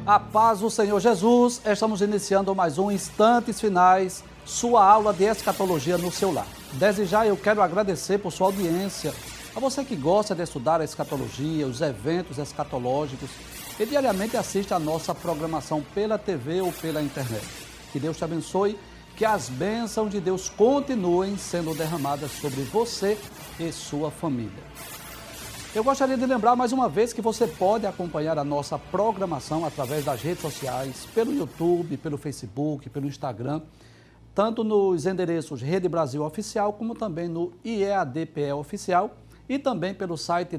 A paz do Senhor Jesus, estamos iniciando mais um Instantes Finais, sua aula de escatologia no seu lar. Desde já eu quero agradecer por sua audiência, a você que gosta de estudar a escatologia, os eventos escatológicos e diariamente assiste a nossa programação pela TV ou pela internet. Que Deus te abençoe, que as bênçãos de Deus continuem sendo derramadas sobre você e sua família. Eu gostaria de lembrar mais uma vez que você pode acompanhar a nossa programação através das redes sociais, pelo YouTube, pelo Facebook, pelo Instagram, tanto nos endereços Rede Brasil Oficial, como também no IEADPE Oficial e também pelo site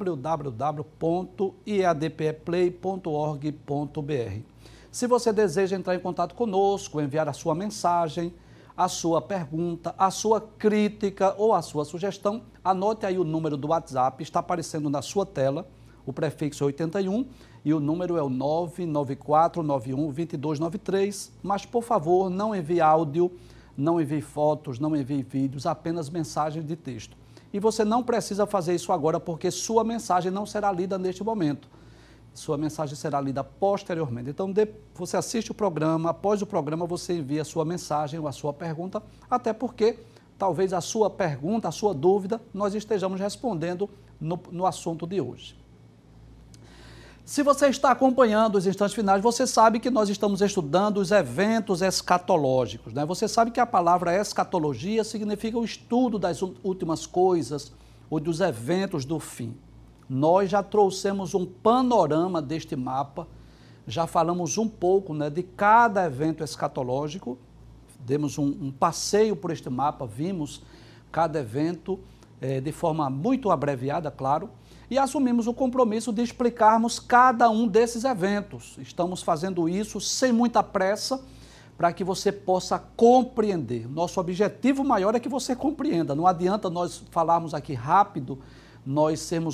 www.iadpeplay.org.br. Se você deseja entrar em contato conosco, enviar a sua mensagem, a sua pergunta, a sua crítica ou a sua sugestão, anote aí o número do WhatsApp, está aparecendo na sua tela, o prefixo é 81 e o número é o 994912293, mas por favor não envie áudio, não envie fotos, não envie vídeos, apenas mensagem de texto. E você não precisa fazer isso agora porque sua mensagem não será lida neste momento. Sua mensagem será lida posteriormente. Então, você assiste o programa, após o programa você envia a sua mensagem ou a sua pergunta, até porque talvez a sua pergunta, a sua dúvida, nós estejamos respondendo no assunto de hoje. Se você está acompanhando os Instantes Finais, você sabe que nós estamos estudando os eventos escatológicos, né? Você sabe que a palavra escatologia significa o estudo das últimas coisas ou dos eventos do fim. Nós já trouxemos um panorama deste mapa, já falamos um pouco, né, de cada evento escatológico, demos um passeio por este mapa, vimos cada evento de forma muito abreviada, claro, e assumimos o compromisso de explicarmos cada um desses eventos. Estamos fazendo isso sem muita pressa, para que você possa compreender. Nosso objetivo maior é que você compreenda, não adianta nós falarmos aqui rápido, nós sermos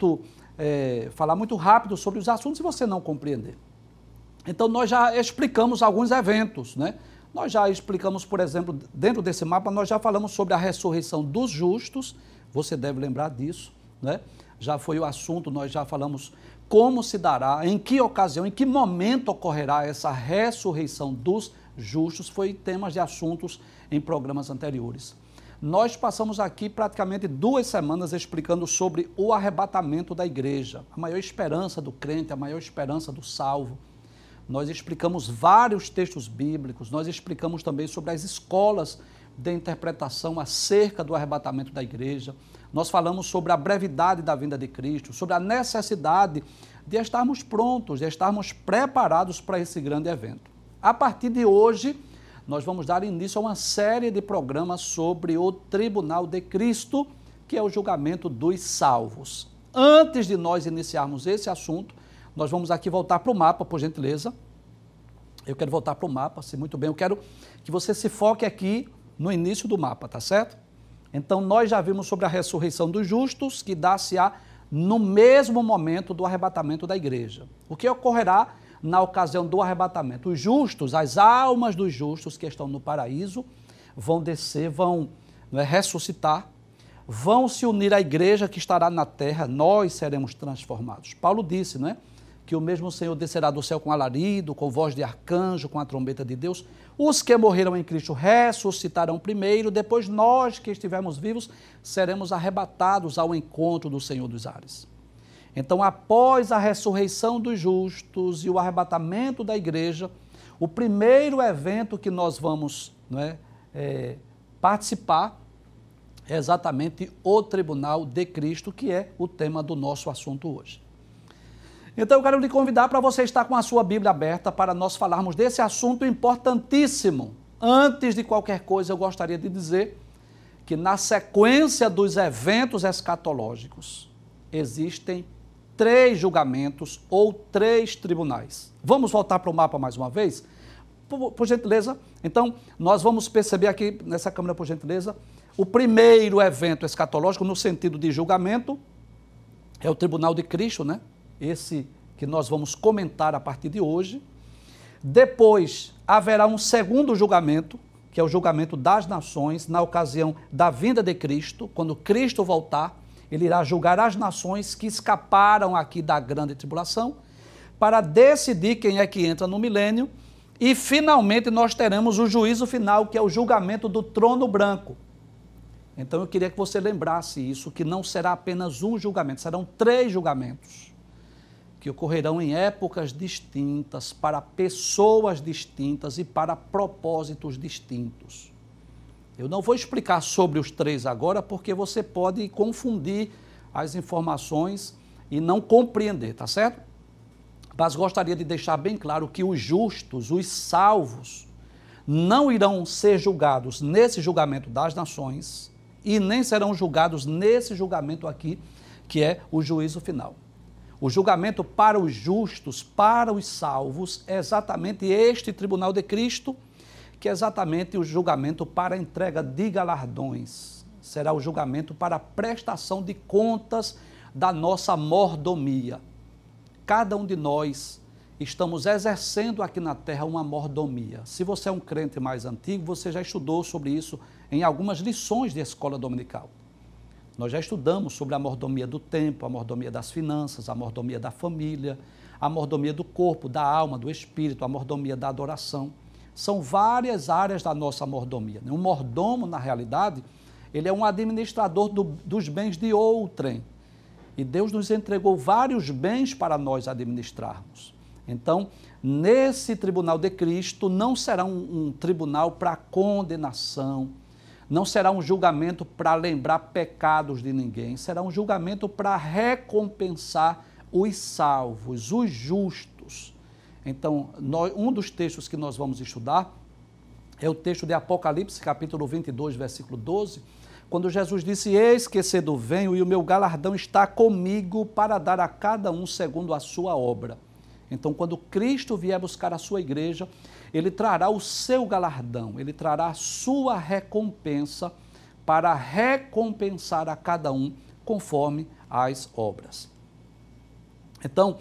falar muito rápido sobre os assuntos se você não compreender. Então, nós já explicamos alguns eventos, né? Nós já explicamos, por exemplo, dentro desse mapa, nós já falamos sobre a ressurreição dos justos, você deve lembrar disso, né? Já foi o assunto, nós já falamos como se dará, em que ocasião, em que momento ocorrerá essa ressurreição dos justos, foi temas de assuntos em programas anteriores. Nós passamos aqui praticamente 2 semanas explicando sobre o arrebatamento da igreja, a maior esperança do crente, a maior esperança do salvo. Nós explicamos vários textos bíblicos, nós explicamos também sobre as escolas de interpretação acerca do arrebatamento da igreja. Nós falamos sobre a brevidade da vinda de Cristo, sobre a necessidade de estarmos prontos, de estarmos preparados para esse grande evento. A partir de hoje, nós vamos dar início a uma série de programas sobre o Tribunal de Cristo, que é o julgamento dos salvos. Antes de nós iniciarmos esse assunto, nós vamos aqui voltar para o mapa, por gentileza. Eu quero voltar para o mapa, se muito bem. Eu quero que você se foque aqui no início do mapa, tá certo? Então, nós já vimos sobre a ressurreição dos justos, que dá-se-á no mesmo momento do arrebatamento da igreja. O que ocorrerá na ocasião do arrebatamento? Os justos, as almas dos justos que estão no paraíso, vão descer, vão ressuscitar, vão se unir à igreja que estará na terra, nós seremos transformados. Paulo disse, não é? Que o mesmo Senhor descerá do céu com alarido, com voz de arcanjo, com a trombeta de Deus. Os que morreram em Cristo ressuscitarão primeiro, depois nós que estivermos vivos seremos arrebatados ao encontro do Senhor dos ares. Então, após a ressurreição dos justos e o arrebatamento da igreja, o primeiro evento que nós vamos participar é exatamente o Tribunal de Cristo, que é o tema do nosso assunto hoje. Então, eu quero lhe convidar para você estar com a sua Bíblia aberta para nós falarmos desse assunto importantíssimo. Antes de qualquer coisa, eu gostaria de dizer que na sequência dos eventos escatológicos, existem 3 julgamentos ou 3 tribunais. Vamos voltar para o mapa mais uma vez? Por gentileza. Então, nós vamos perceber aqui nessa câmera, por gentileza, o primeiro evento escatológico no sentido de julgamento é o Tribunal de Cristo, né? Esse que nós vamos comentar a partir de hoje. Depois, haverá um segundo julgamento, que é o julgamento das nações, na ocasião da vinda de Cristo, quando Cristo voltar. Ele irá julgar as nações que escaparam aqui da grande tribulação. para decidir quem é que entra no milênio, e finalmente nós teremos o juízo final, que é o julgamento do trono branco. Então eu queria que você lembrasse isso, que não será apenas um julgamento, serão 3 julgamentos, que ocorrerão em épocas distintas, para pessoas distintas e para propósitos distintos. Eu não vou explicar sobre os 3 agora, porque você pode confundir as informações e não compreender, tá certo? Mas gostaria de deixar bem claro que os justos, os salvos, não irão ser julgados nesse julgamento das nações e nem serão julgados nesse julgamento aqui, que é o juízo final. O julgamento para os justos, para os salvos, é exatamente este tribunal de Cristo, que é exatamente o julgamento para a entrega de galardões. Será o julgamento para a prestação de contas da nossa mordomia. Cada um de nós estamos exercendo aqui na terra uma mordomia. Se você é um crente mais antigo, você já estudou sobre isso em algumas lições de escola dominical. Nós já estudamos sobre a mordomia do tempo, a mordomia das finanças, a mordomia da família, a mordomia do corpo, da alma, do espírito, a mordomia da adoração. São várias áreas da nossa mordomia. Um mordomo, na realidade, ele é um administrador dos bens de outrem. E Deus nos entregou vários bens para nós administrarmos. Então, nesse tribunal de Cristo, não será um tribunal para condenação, não será um julgamento para lembrar pecados de ninguém, será um julgamento para recompensar os salvos, os justos. Então, um dos textos que nós vamos estudar é o texto de Apocalipse, capítulo 22, versículo 12, quando Jesus disse: eis que cedo venho e o meu galardão está comigo para dar a cada um segundo a sua obra. Então, quando Cristo vier buscar a sua igreja, ele trará o seu galardão, ele trará a sua recompensa para recompensar a cada um conforme as obras. Então,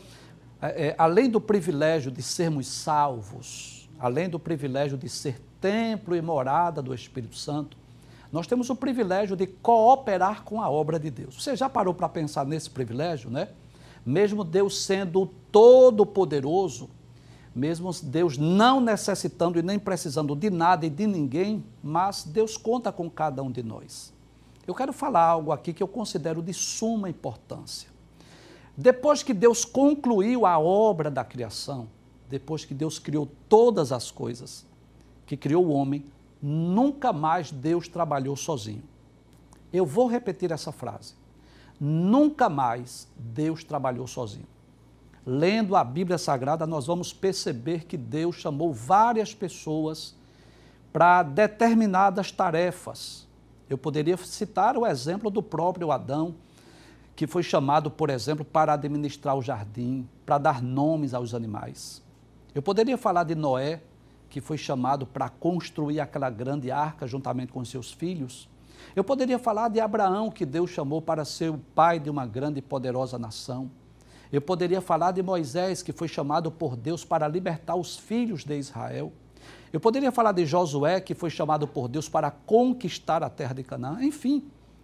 além do privilégio de sermos salvos, além do privilégio de ser templo e morada do Espírito Santo, nós temos o privilégio de cooperar com a obra de Deus. Você já parou para pensar nesse privilégio, né? Mesmo Deus sendo todo-poderoso, mesmo Deus não necessitando e nem precisando de nada e de ninguém, mas Deus conta com cada um de nós. Eu quero falar algo aqui que eu considero de suma importância. Depois que Deus concluiu a obra da criação, depois que Deus criou todas as coisas, que criou o homem, nunca mais Deus trabalhou sozinho. Eu vou repetir essa frase. Nunca mais Deus trabalhou sozinho. Lendo a Bíblia Sagrada, nós vamos perceber que Deus chamou várias pessoas para determinadas tarefas. Eu poderia citar o exemplo do próprio Adão, que foi chamado, por exemplo, para administrar o jardim, para dar nomes aos animais. Eu poderia falar de Noé, que foi chamado para construir aquela grande arca juntamente com seus filhos. Eu poderia falar de Abraão, que Deus chamou para ser o pai de uma grande e poderosa nação. Eu poderia falar de Moisés, que foi chamado por Deus para libertar os filhos de Israel. Eu poderia falar de Josué, que foi chamado por Deus para conquistar a terra de Canaã. Enfim,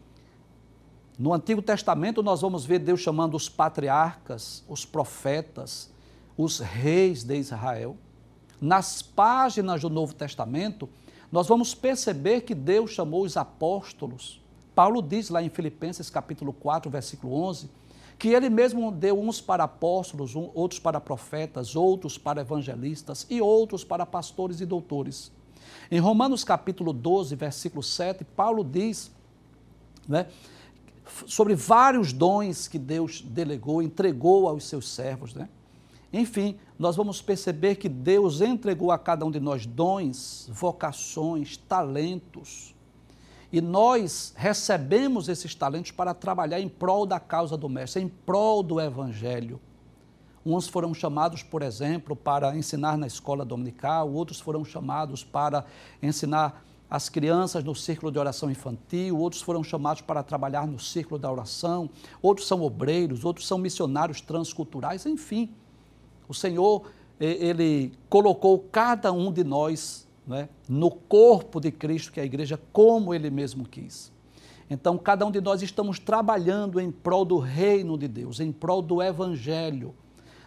no Antigo Testamento nós vamos ver Deus chamando os patriarcas, os profetas, os reis de Israel. Nas páginas do Novo Testamento, nós vamos perceber que Deus chamou os apóstolos. Paulo diz lá em Filipenses capítulo 4, versículo 11, que ele mesmo deu uns para apóstolos, outros para profetas, outros para evangelistas e outros para pastores e doutores. Em Romanos capítulo 12, versículo 7, Paulo diz, né, sobre vários dons que Deus delegou, entregou aos seus servos, né? Enfim, nós vamos perceber que Deus entregou a cada um de nós dons, vocações, talentos, e nós recebemos esses talentos para trabalhar em prol da causa do Mestre, em prol do Evangelho. Uns foram chamados, por exemplo, para ensinar na escola dominical, outros foram chamados para ensinar as crianças no círculo de oração infantil, outros foram chamados para trabalhar no círculo da oração, outros são obreiros, outros são missionários transculturais, enfim. O Senhor, Ele colocou cada um de nós, né, no corpo de Cristo, que é a igreja, como Ele mesmo quis. Então, cada um de nós estamos trabalhando em prol do reino de Deus, em prol do Evangelho.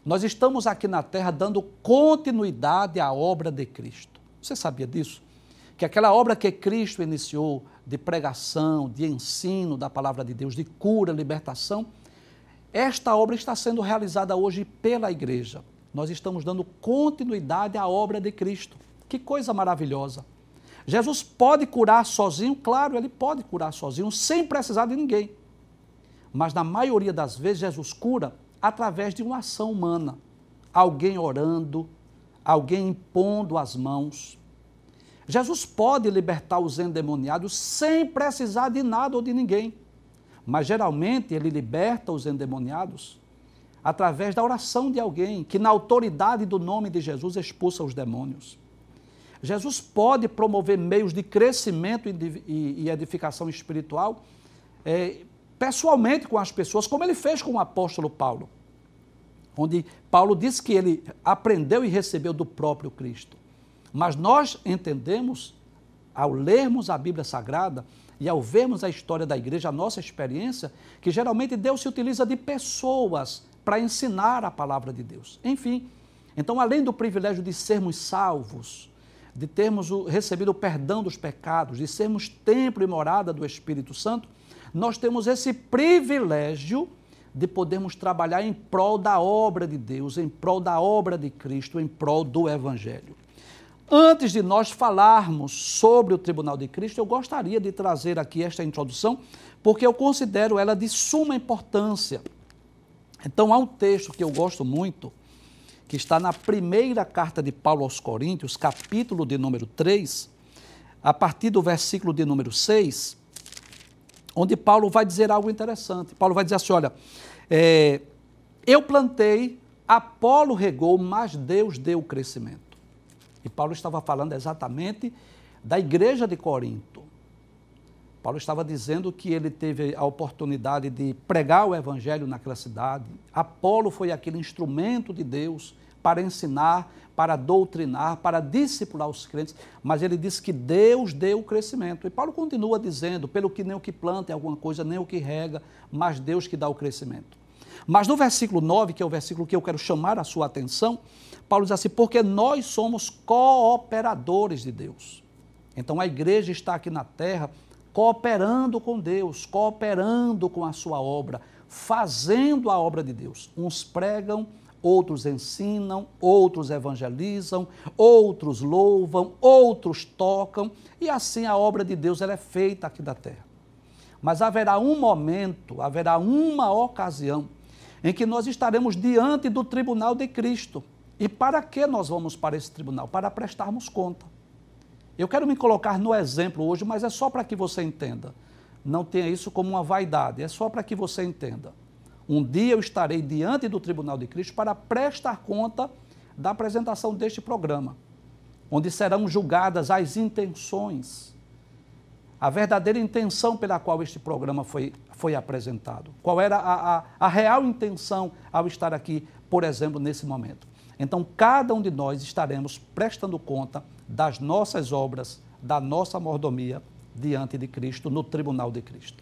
Nós estamos aqui na terra dando continuidade à obra de Cristo. Você sabia disso? Que aquela obra que Cristo iniciou de pregação, de ensino da palavra de Deus, de cura, libertação, esta obra está sendo realizada hoje pela igreja. Nós estamos dando continuidade à obra de Cristo. Que coisa maravilhosa! Jesus pode curar sozinho? Claro, ele pode curar sozinho, sem precisar de ninguém. Mas na maioria das vezes, Jesus cura através de uma ação humana. Alguém orando, alguém impondo as mãos. Jesus pode libertar os endemoniados sem precisar de nada ou de ninguém. Mas geralmente ele liberta os endemoniados através da oração de alguém que, na autoridade do nome de Jesus, expulsa os demônios. Jesus pode promover meios de crescimento e edificação espiritual pessoalmente com as pessoas, como ele fez com o apóstolo Paulo, onde Paulo disse que ele aprendeu e recebeu do próprio Cristo. Mas nós entendemos, ao lermos a Bíblia Sagrada e ao vermos a história da igreja, a nossa experiência, que geralmente Deus se utiliza de pessoas para ensinar a palavra de Deus. Enfim, então além do privilégio de sermos salvos, de termos recebido o perdão dos pecados, de sermos templo e morada do Espírito Santo, nós temos esse privilégio de podermos trabalhar em prol da obra de Deus, em prol da obra de Cristo, em prol do Evangelho. Antes de nós falarmos sobre o Tribunal de Cristo, eu gostaria de trazer aqui esta introdução, porque eu considero ela de suma importância. Então, há um texto que eu gosto muito, que está na primeira carta de Paulo aos Coríntios, capítulo de número 3, a partir do versículo de número 6, onde Paulo vai dizer algo interessante. Paulo vai dizer assim, olha, eu plantei, Apolo regou, mas Deus deu o crescimento. E Paulo estava falando exatamente da igreja de Corinto. Paulo estava dizendo que ele teve a oportunidade de pregar o evangelho naquela cidade. Apolo foi aquele instrumento de Deus para ensinar, para doutrinar, para discipular os crentes, mas ele disse que Deus deu o crescimento. E Paulo continua dizendo, pelo que nem o que planta é alguma coisa, nem o que rega, mas Deus que dá o crescimento. Mas no versículo 9, que é o versículo que eu quero chamar a sua atenção, Paulo diz assim, porque nós somos cooperadores de Deus. Então a igreja está aqui na terra cooperando com Deus, cooperando com a sua obra, fazendo a obra de Deus. Uns pregam, outros ensinam, outros evangelizam, outros louvam, outros tocam, e assim a obra de Deus ela é feita aqui da terra. Mas haverá um momento, haverá uma ocasião em que nós estaremos diante do tribunal de Cristo. E para que nós vamos para esse tribunal? Para prestarmos conta. Eu quero me colocar no exemplo hoje, mas é só para que você entenda. Não tenha isso como uma vaidade, é só para que você entenda. Um dia eu estarei diante do tribunal de Cristo para prestar conta da apresentação deste programa, onde serão julgadas as intenções, a verdadeira intenção pela qual este programa foi apresentado. Qual era a real intenção ao estar aqui, por exemplo, nesse momento. Então, cada um de nós estaremos prestando conta das nossas obras, da nossa mordomia diante de Cristo, no tribunal de Cristo.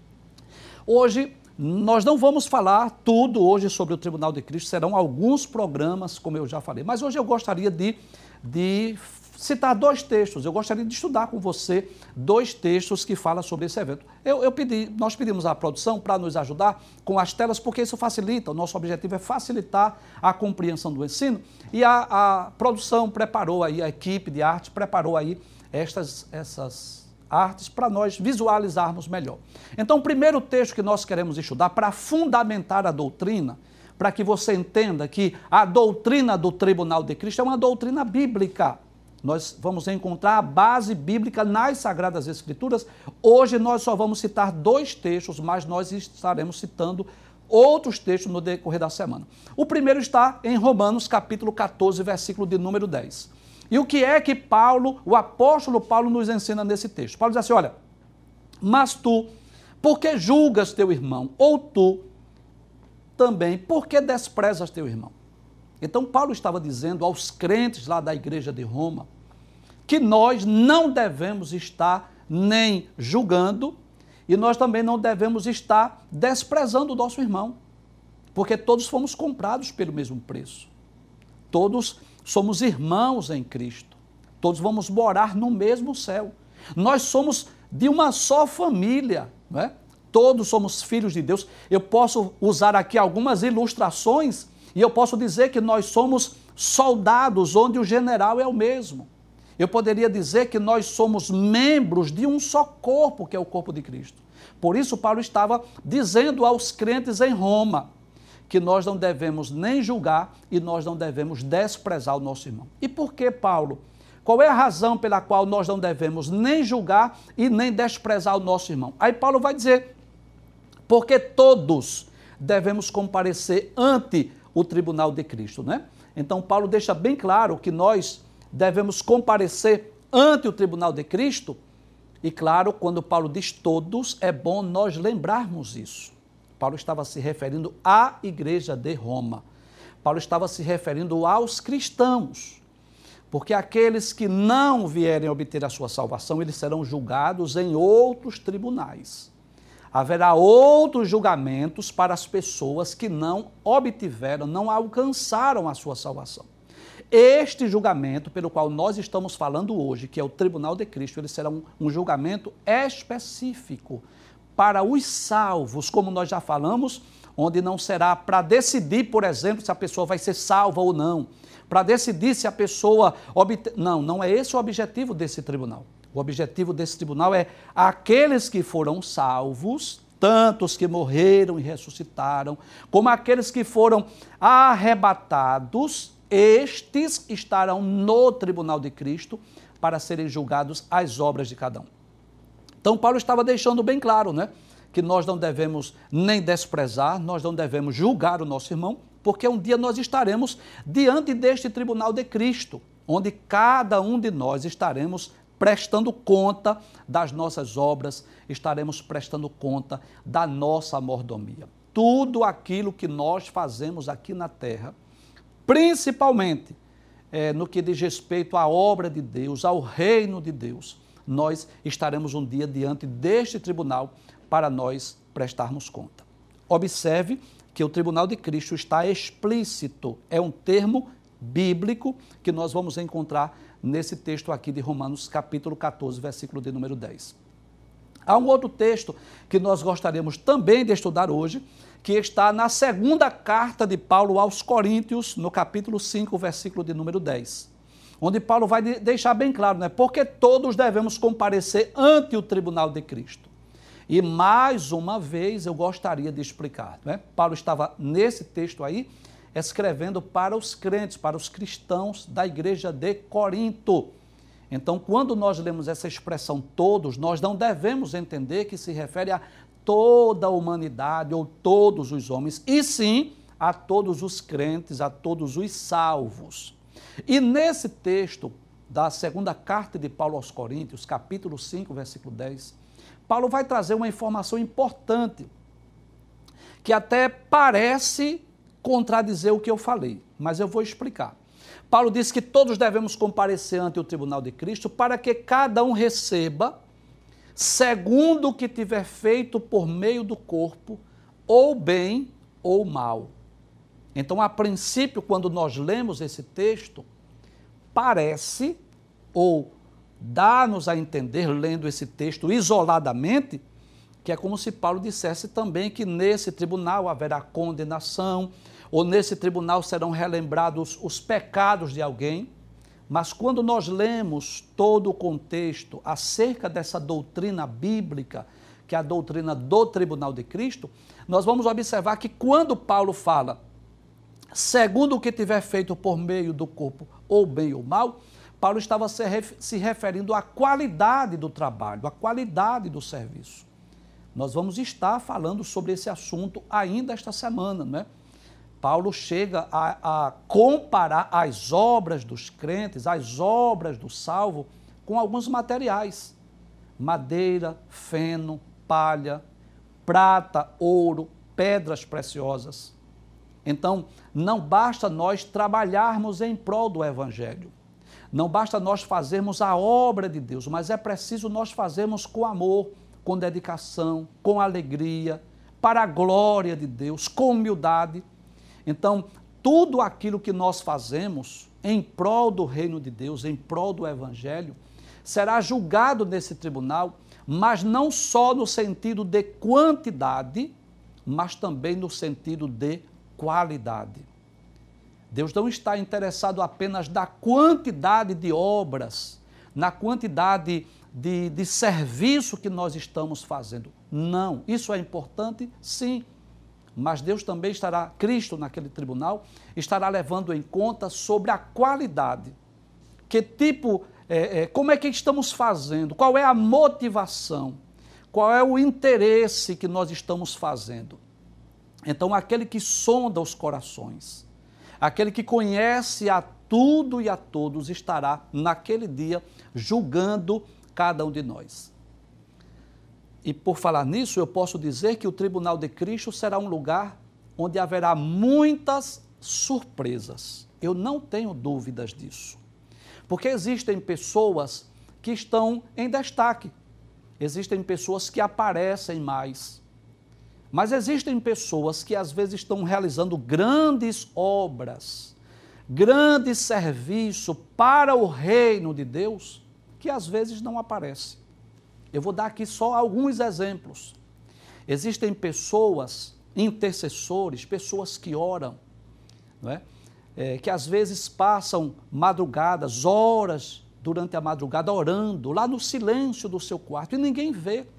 Hoje, nós não vamos falar tudo hoje sobre o tribunal de Cristo, serão alguns programas, como eu já falei, mas hoje eu gostaria de citar dois textos, eu gostaria de estudar com você dois textos que falam sobre esse evento. Nós pedimos à produção para nos ajudar com as telas, porque isso facilita, o nosso objetivo é facilitar a compreensão do ensino, e a produção preparou aí, a equipe de arte preparou aí essas artes para nós visualizarmos melhor. Então, o primeiro texto que nós queremos estudar para fundamentar a doutrina, para que você entenda que a doutrina do Tribunal de Cristo é uma doutrina bíblica. Nós vamos encontrar a base bíblica nas Sagradas Escrituras. Hoje nós só vamos citar dois textos, mas nós estaremos citando outros textos no decorrer da semana. O primeiro está em Romanos, capítulo 14, versículo de número 10. E o que é que o apóstolo Paulo nos ensina nesse texto? Paulo diz assim, olha, mas tu, por que julgas teu irmão? Ou tu também, por que desprezas teu irmão? Então, Paulo estava dizendo aos crentes lá da igreja de Roma que nós não devemos estar nem julgando e nós também não devemos estar desprezando o nosso irmão. porque todos fomos comprados pelo mesmo preço. Todos somos irmãos em Cristo. Todos vamos morar no mesmo céu. Nós somos de uma só família, não é? Todos somos filhos de Deus. Eu posso usar aqui algumas ilustrações e eu posso dizer que nós somos soldados onde o general é o mesmo. Eu poderia dizer que nós somos membros de um só corpo, que é o corpo de Cristo. Por isso, Paulo estava dizendo aos crentes em Roma que nós não devemos nem julgar e nós não devemos desprezar o nosso irmão. E por que, Paulo? Qual é a razão pela qual nós não devemos nem julgar e nem desprezar o nosso irmão? Aí Paulo vai dizer, porque todos devemos comparecer ante o tribunal de Cristo, né? Então Paulo deixa bem claro que nós devemos comparecer ante o tribunal de Cristo. E claro, quando Paulo diz todos, é bom nós lembrarmos isso. Paulo estava se referindo à igreja de Roma. Paulo estava se referindo aos cristãos. Porque aqueles que não vierem obter a sua salvação, eles serão julgados em outros tribunais. Haverá outros julgamentos para as pessoas que não obtiveram, não alcançaram a sua salvação. Este julgamento pelo qual nós estamos falando hoje, que é o tribunal de Cristo, ele será um julgamento específico para os salvos, como nós já falamos, onde não será para decidir, por exemplo, se a pessoa vai ser salva ou não, para decidir se a pessoa... Não é esse o objetivo desse tribunal. O objetivo desse tribunal é aqueles que foram salvos, tanto os que morreram e ressuscitaram, como aqueles que foram arrebatados, estes estarão no tribunal de Cristo para serem julgados as obras de cada um. Então, Paulo estava deixando bem claro, né, que nós não devemos nem desprezar, nós não devemos julgar o nosso irmão, porque um dia nós estaremos diante deste tribunal de Cristo, onde cada um de nós estaremos prestando conta das nossas obras, estaremos prestando conta da nossa mordomia. Tudo aquilo que nós fazemos aqui na terra, principalmente no que diz respeito à obra de Deus, ao reino de Deus, nós estaremos um dia diante deste tribunal para nós prestarmos conta. Observe que o tribunal de Cristo está explícito, é um termo bíblico que nós vamos encontrar nesse texto aqui de Romanos capítulo 14, versículo de número 10. Há um outro texto que nós gostaríamos também de estudar hoje, que está na segunda carta de Paulo aos Coríntios, no capítulo 5, versículo de número 10, onde Paulo vai deixar bem claro, né? Porque todos devemos comparecer ante o tribunal de Cristo. E mais uma vez eu gostaria de explicar, né? Paulo estava nesse texto aí, escrevendo para os crentes, para os cristãos da igreja de Corinto. Então, quando nós lemos essa expressão todos, nós não devemos entender que se refere a toda a humanidade ou todos os homens, e sim a todos os crentes, a todos os salvos. E nesse texto da segunda carta de Paulo aos Coríntios, capítulo 5, versículo 10, Paulo vai trazer uma informação importante, que até parece contradizer o que eu falei, mas eu vou explicar. Paulo diz que todos devemos comparecer ante o tribunal de Cristo para que cada um receba, segundo o que tiver feito por meio do corpo, ou bem ou mal. Então, a princípio, quando nós lemos esse texto, parece, ou dá-nos a entender, lendo esse texto isoladamente, que é como se Paulo dissesse também que nesse tribunal haverá condenação, ou nesse tribunal serão relembrados os pecados de alguém. Mas quando nós lemos todo o contexto acerca dessa doutrina bíblica, que é a doutrina do tribunal de Cristo, nós vamos observar que quando Paulo fala, segundo o que tiver feito por meio do corpo, ou bem ou mal, Paulo estava se referindo à qualidade do trabalho, à qualidade do serviço. Nós vamos estar falando sobre esse assunto ainda esta semana, né? Paulo chega a comparar as obras dos crentes, as obras do salvo, com alguns materiais. Madeira, feno, palha, prata, ouro, pedras preciosas. Então, não basta nós trabalharmos em prol do Evangelho. Não basta nós fazermos a obra de Deus, mas é preciso nós fazermos com amor, com dedicação, com alegria, para a glória de Deus, com humildade. Então, tudo aquilo que nós fazemos em prol do reino de Deus, em prol do Evangelho, será julgado nesse tribunal, mas não só no sentido de quantidade, mas também no sentido de qualidade. Deus não está interessado apenas na quantidade de obras, na quantidade de serviço que nós estamos fazendo. Não, isso é importante, sim, mas Deus também estará, Cristo naquele tribunal, estará levando em conta sobre a qualidade. Que tipo, como é que estamos fazendo? Qual é a motivação? Qual é o interesse que nós estamos fazendo? Então, aquele que sonda os corações, aquele que conhece a tudo e a todos, estará naquele dia julgando cada um de nós. E por falar nisso, eu posso dizer que o tribunal de Cristo será um lugar onde haverá muitas surpresas. Eu não tenho dúvidas disso. Porque existem pessoas que estão em destaque, existem pessoas que aparecem mais, mas existem pessoas que às vezes estão realizando grandes obras, grande serviço para o reino de Deus, que às vezes não aparece. Eu vou dar aqui só alguns exemplos. Existem pessoas, intercessores, pessoas que oram, não é? Que às vezes passam madrugadas, horas durante a madrugada, orando, lá no silêncio do seu quarto, e ninguém vê.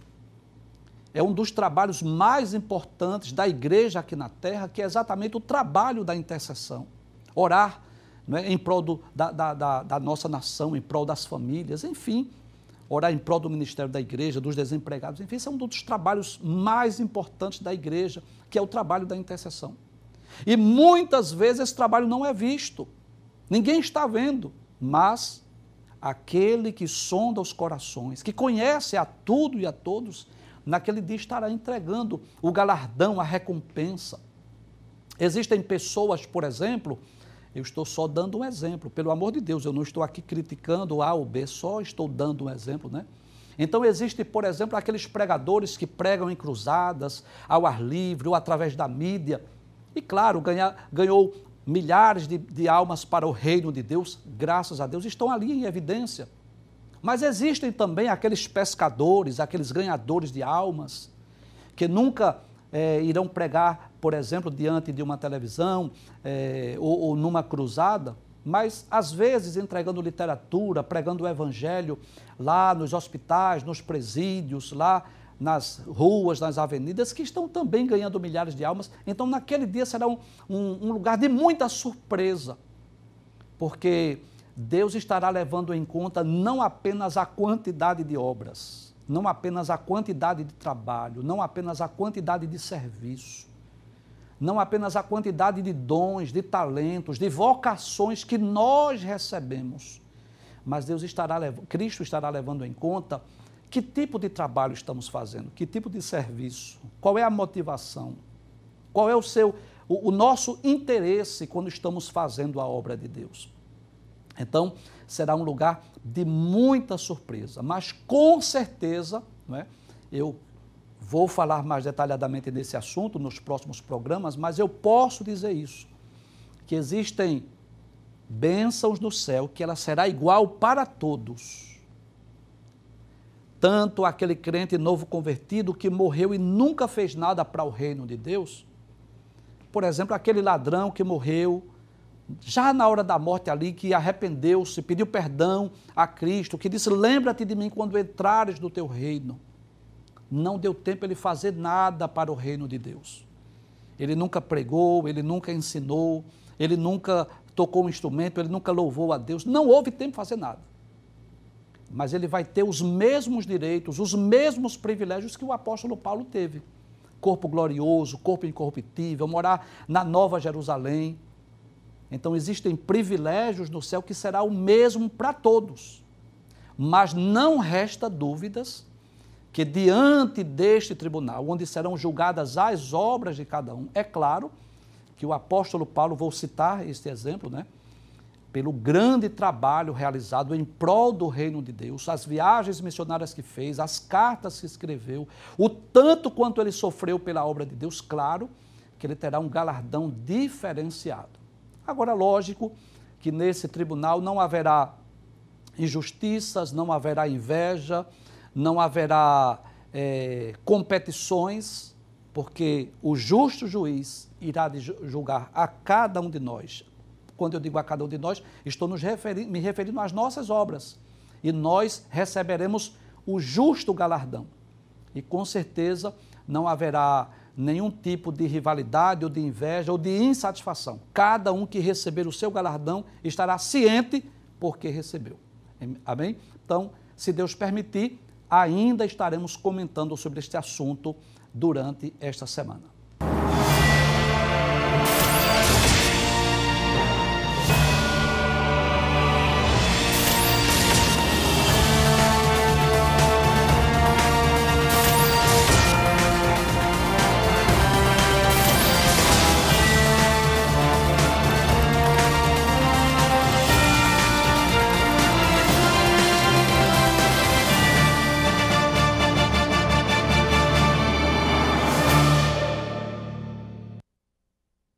É um dos trabalhos mais importantes da igreja aqui na terra, que é exatamente o trabalho da intercessão. Orar, não é? Em prol da nossa nação, em prol das famílias, enfim, orar em prol do ministério da igreja, dos desempregados, enfim, esse é um dos trabalhos mais importantes da igreja, que é o trabalho da intercessão. E muitas vezes esse trabalho não é visto, ninguém está vendo, mas aquele que sonda os corações, que conhece a tudo e a todos, naquele dia estará entregando o galardão, a recompensa. Existem pessoas, por exemplo, eu estou só dando um exemplo, pelo amor de Deus, eu não estou aqui criticando A ou B, só estou dando um exemplo, né? Então existe, por exemplo, aqueles pregadores que pregam em cruzadas, ao ar livre ou através da mídia, e claro, ganhou milhares de almas para o reino de Deus, graças a Deus, estão ali em evidência. Mas existem também aqueles pescadores, aqueles ganhadores de almas, que nunca irão pregar, por exemplo, diante de uma televisão ou numa cruzada, mas às vezes entregando literatura, pregando o evangelho lá nos hospitais, nos presídios, lá nas ruas, nas avenidas, que estão também ganhando milhares de almas. Então, naquele dia será um lugar de muita surpresa, porque Deus estará levando em conta não apenas a quantidade de obras, não apenas a quantidade de trabalho, não apenas a quantidade de serviço, não apenas a quantidade de dons, de talentos, de vocações que nós recebemos, mas Cristo estará levando em conta que tipo de trabalho estamos fazendo, que tipo de serviço, qual é a motivação, qual é o nosso interesse quando estamos fazendo a obra de Deus. Então, será um lugar de muita surpresa, mas com certeza, não é? Eu vou falar mais detalhadamente desse assunto nos próximos programas, mas eu posso dizer isso, que existem bênçãos no céu, que ela será igual para todos. Tanto aquele crente novo convertido que morreu e nunca fez nada para o reino de Deus, por exemplo, aquele ladrão que morreu, já na hora da morte ali, que arrependeu-se, pediu perdão a Cristo, que disse, lembra-te de mim quando entrares no teu reino. Não deu tempo ele fazer nada para o reino de Deus. Ele nunca pregou, ele nunca ensinou, ele nunca tocou um instrumento, ele nunca louvou a Deus, não houve tempo de fazer nada. Mas ele vai ter os mesmos direitos, os mesmos privilégios que o apóstolo Paulo teve. Corpo glorioso, corpo incorruptível, morar na Nova Jerusalém. Então existem privilégios no céu que será o mesmo para todos. Mas não resta dúvidas que diante deste tribunal, onde serão julgadas as obras de cada um, é claro que o apóstolo Paulo, vou citar este exemplo, né? pelo grande trabalho realizado em prol do reino de Deus, as viagens missionárias que fez, as cartas que escreveu, o tanto quanto ele sofreu pela obra de Deus, claro que ele terá um galardão diferenciado. Agora, lógico que nesse tribunal não haverá injustiças, não haverá inveja, não haverá competições, porque o justo juiz irá julgar a cada um de nós. Quando eu digo a cada um de nós, estou me referindo às nossas obras. E nós receberemos o justo galardão. E com certeza não haverá nenhum tipo de rivalidade ou de inveja ou de insatisfação. Cada um que receber o seu galardão estará ciente porque recebeu. Amém? Então, se Deus permitir, ainda estaremos comentando sobre este assunto durante esta semana.